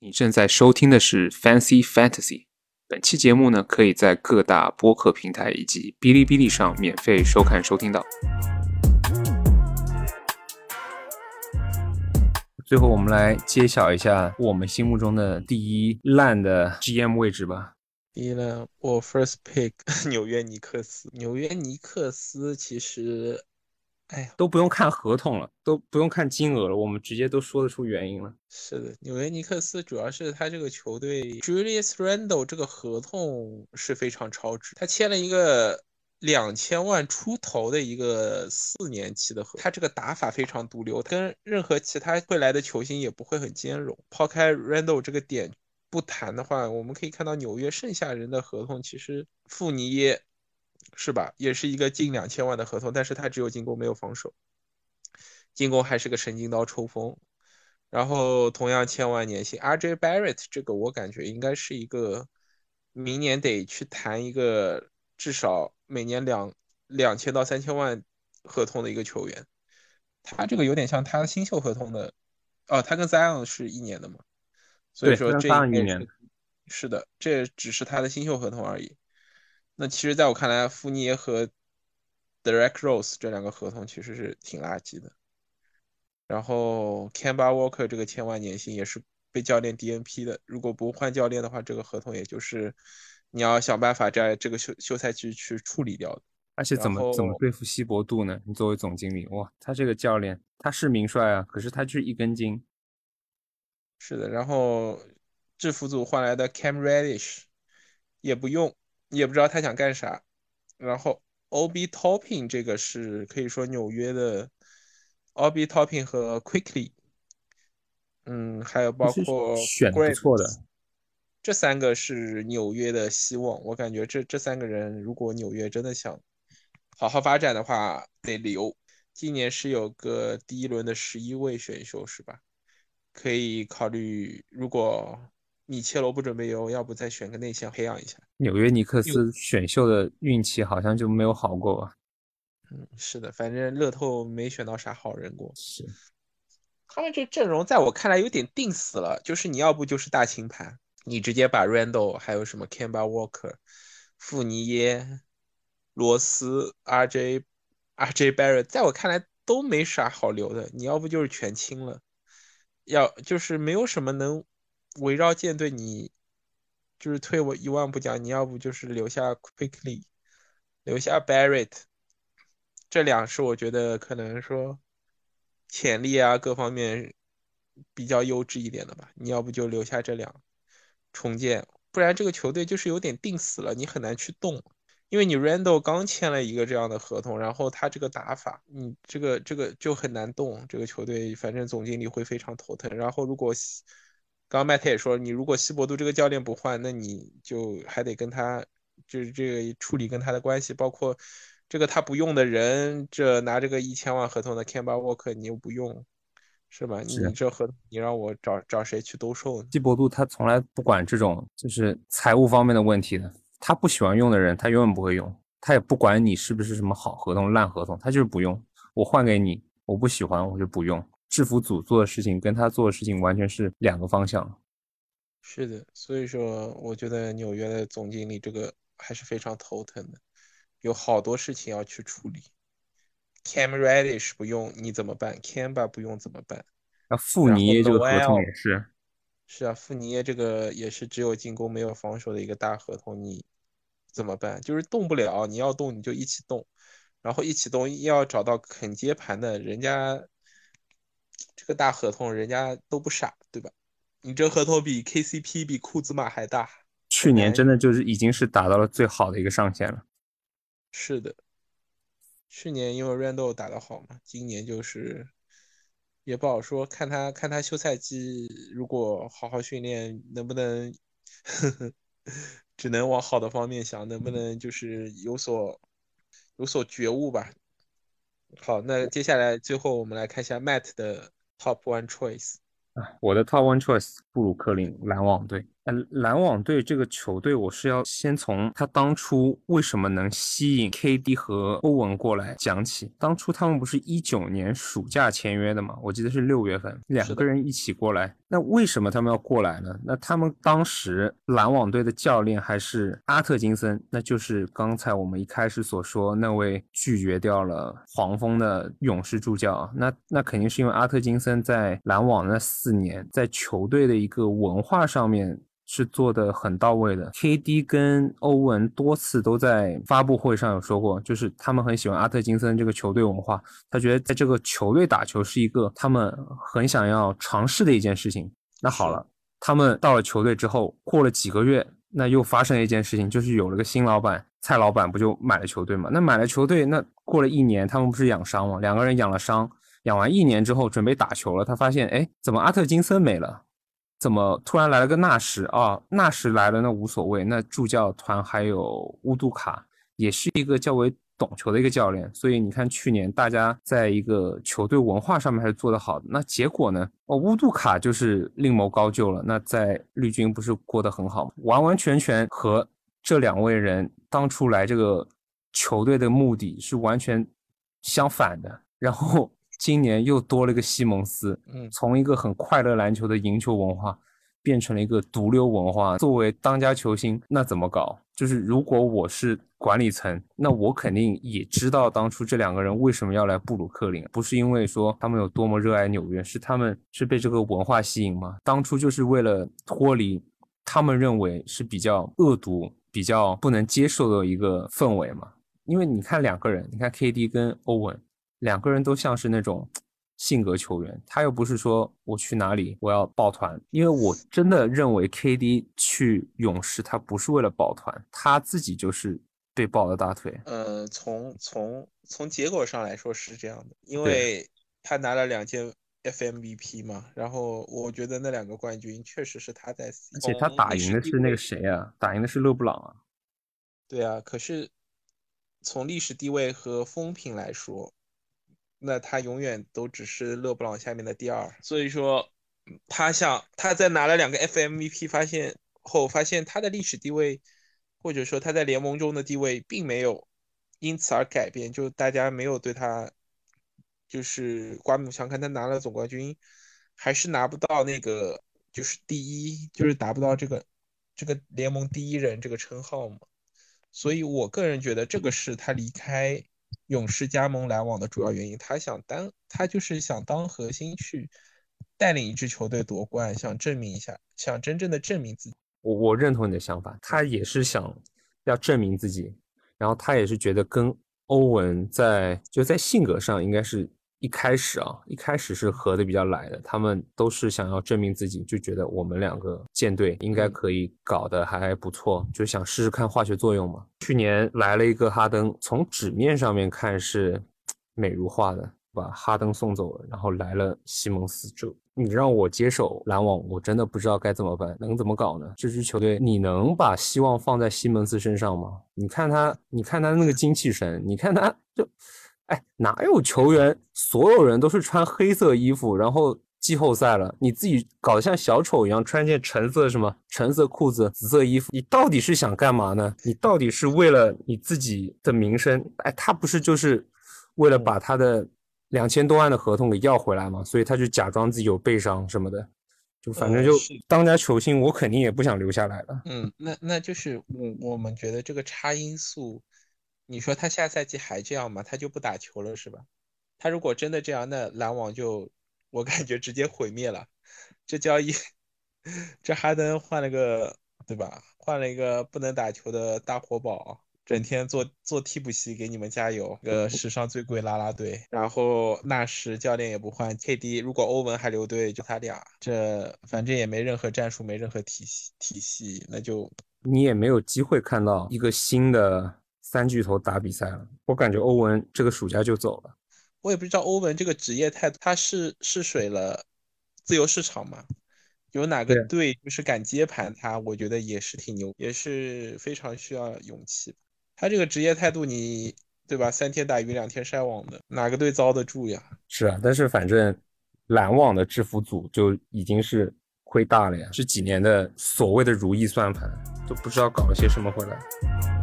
你正在收听的是 Fancy Fantasy。本期节目呢，可以在各大播客平台以及哔哩哔哩上免费收看收听到。最后，我们来揭晓一下我们心目中的第一烂的 GM 位置吧。 第一呢，我 first pick 纽约尼克斯。纽约尼克斯其实，哎呀， 都不用看合同了，都不用看金额了，我们直接都说得出原因了。 是的，纽约尼克斯主要是他这个球队 Julius Randle 这个合同是非常超值，他签了一个2000万出头的一个4年期的合同，他这个打法非常毒瘤，跟任何其他会来的球星也不会很兼容。抛开 Randle 这个点不谈的话，我们可以看到纽约剩下人的合同其实富尼耶是吧，也是一个近2000万的合同，但是他只有进攻没有防守，进攻还是个神经刀抽风。然后同样1000万年薪，RJ Barrett 这个我感觉应该是一个明年得去谈一个至少每年2000到3000万合同的一个球员。他这个有点像他新秀合同的，哦，他跟 Zion 是1年的嘛，所以对，他跟说这应该也是上一年是的，这只是他的新秀合同而已。那其实在我看来，富尼耶和 Derek Rose 这两个合同其实是挺垃圾的。然后 Kemba Walker 这个1000万年薪也是被教练 DNP 的，如果不换教练的话，这个合同也就是你要想办法在这个休赛期去处理掉的。 而且怎么然后对付西伯杜呢？你作为总经理，哇，他这个教练他是名帅啊，可是他就是一根筋。 是的，然后制服组换来的 Cam Reddish 也不用，也不知道他想干啥。然后 OB Topping 这个是可以说纽约的 OB Topping 和 Quickly，还有其实包括选的不 Grant， 错的。 这三个是纽约的希望。我感觉这三个人，如果纽约真的想好好发展的话，得留。今年是有个第一轮的11位选秀是吧？可以考虑，如果米切罗不准备留，要不再选个内线培养一下。 纽约尼克有， 斯选秀的运气好像就没有好过啊。 是的，反正乐透没选到啥好人过。 是， 他们这阵容在我看来有点定死了，就是你要不就是大清盘，你直接把 Randall 还有什么 Kemba Walker、富尼耶、罗斯、RJ Barrett，在我看来都没啥好留的。你要不就是全清了，要就是没有什么能围绕舰队你，就是退我一万步讲，你要不就是留下 Quickly，留下 Barrett，这两是我觉得可能说潜力啊各方面比较优质一点的吧。你要不就留下这两重建，不然这个球队就是有点定死了，你很难去动。因为你 Randall 刚签了一个这样的合同，然后他这个打法，你这个就很难动。这个球队反正总经理会非常头疼。然后如果刚刚麦特也说，你如果西伯杜这个教练不换，那你就还得跟他就是这个处理跟他的关系，包括这个他不用的人，这拿这个1000万合同的 Kemba Walker 你又不用，是吧？你是。 这合同你让我找谁去兜售呢？ 基伯杜他从来不管这种就是财务方面的问题的，他不喜欢用的人，他永远不会用，他也不管你是不是什么好合同、烂合同，他就是不用。我换给你，我不喜欢我就不用。制服组做的事情跟他做的事情完全是两个方向。 是的，所以说我觉得纽约的总经理这个还是非常头疼的，有好多事情要去处理。Cam Reddish 不用你怎么办？Kemba 不用怎么办？ 那富然后尼耶这个合同 Noel 也是。 是啊，富尼耶这个也是只有进攻没有防守的一个大合同，你怎么办？就是动不了，你要动你就一起动，然后一起动要找到肯接盘的，人家这个大合同人家都不傻，对吧？你这合同比 KCP 比库兹马还大， 去很难。 年真的就是已经是达到了最好的一个上限了。 是的，去年因为 Randle 打得好嘛，今年就是也不好说，看他休赛季如果好好训练，能不能只能往好的方面想，能不能就是有所觉悟吧。好，那接下来最后我们来看一下 Matt 的 Top One Choice。 我的 Top One Choice 布鲁克林篮网队。 篮网队这个球队，我是要先从他当初为什么能吸引 KD 和欧文过来讲起。当初他们不是19年暑假签约的吗？我记得是6月份，两个人一起过来。那为什么他们要过来呢？那他们当时篮网队的教练还是阿特金森，那就是刚才我们一开始所说那位拒绝掉了黄蜂的勇士助教。那肯定是因为阿特金森在篮网那4年，在球队的一个文化上面是做的很到位的。KD 跟欧文多次都在发布会上有说过，就是他们很喜欢阿特金森这个球队文化，他觉得在这个球队打球是一个他们很想要尝试的一件事情。那好了，他们到了球队之后，过了几个月，那又发生了一件事情，就是有了个新老板，蔡老板不就买了球队嘛？那买了球队，那过了1年，他们不是养伤吗？两个人养了伤，养完1年之后准备打球了，他发现，哎，怎么阿特金森没了？怎么突然来了个纳什啊？纳什来了那无所谓，那助教团还有乌杜卡也是一个较为懂球的一个教练，所以你看去年大家在一个球队文化上面还是做得好的，那结果呢？乌杜卡就是另谋高就了，那在绿军不是过得很好吗？完完全全和这2位人当初来这个球队的目的是完全相反的，然后今年又多了一个西蒙斯，从一个很快乐篮球的赢球文化变成了一个毒瘤文化。作为当家球星，那怎么搞？就是如果我是管理层，那我肯定也知道当初这2个人为什么要来布鲁克林，不是因为说他们有多么热爱纽约，是他们是被这个文化吸引吗？当初就是为了脱离他们认为是比较恶毒、比较不能接受的一个氛围嘛。因为你看2个人，你看 KD 跟欧文，2个人都像是那种性格球员，他又不是说我去哪里我要抱团，因为我真的认为 KD 去勇士他不是为了抱团，他自己就是被抱了大腿。 从结果上来说是这样的，因为他拿了2届 FMVP 嘛，然后我觉得那2个冠军确实是他在 C， 而且他打赢的是那个谁啊？打赢的是勒布朗啊。 对啊，可是从历史地位和风评来说，那他永远都只是勒布朗下面的第2。所以说，他在拿了2个 FMVP 发现他的历史地位，或者说他在联盟中的地位，并没有因此而改变，就大家没有对他就是刮目相看。他拿了总冠军，还是拿不到那个就是第一，就是达不到这个联盟第一人这个称号嘛。所以我个人觉得这个是他离开勇士加盟篮网的主要原因。他就是想当核心去带领一支球队夺冠，想证明一下，想真正的证明自己。 我认同你的想法，他也是想要证明自己，然后他也是觉得跟欧文在性格上应该是一开始是合的比较来的，他们都是想要证明自己，就觉得我们2个舰队应该可以搞得还不错，就想试试看化学作用嘛。去年来了一个哈登，从纸面上面看是美如画的，把哈登送走了，然后来了西蒙斯，就你让我接手篮网，我真的不知道该怎么办，能怎么搞呢？这支球队你能把希望放在西蒙斯身上吗？你看他那个精气神，你看他就，哎，哪有球员所有人都是穿黑色衣服，然后季后赛了，你自己搞得像小丑一样穿件橙色裤子、紫色衣服，你到底是想干嘛呢？你到底是为了你自己的名声？哎，他不是就是为了把他的2000多万的合同给要回来嘛，所以他就假装自己有背伤什么的，就反正就当家球星，我肯定也不想留下来了。 那就是我们觉得这个差因素，你说他下赛季还这样吗？他就不打球了是吧？他如果真的这样，那篮网就我感觉直接毁灭了。这交易，这哈登换了个对吧？换了一个不能打球的大活宝，整天做替补席给你们加油，史上最贵啦啦队。然后纳什教练也不换，KD 如果欧文还留队，就他俩，这反正也没任何战术，没任何体系，那就你也没有机会看到一个新的3巨头打比赛了。我感觉欧文这个暑假就走了。 我也不知道欧文这个职业态度，他试水了自由市场嘛？有哪个队就是敢接盘他？我觉得也是挺牛，也是非常需要勇气。他这个职业态度你，对吧？3天打鱼2天晒网的，哪个队遭得住呀？ 是啊，但是反正篮网的制服组就已经是亏大了呀！这几年的所谓的如意算盘，都不知道搞了些什么回来。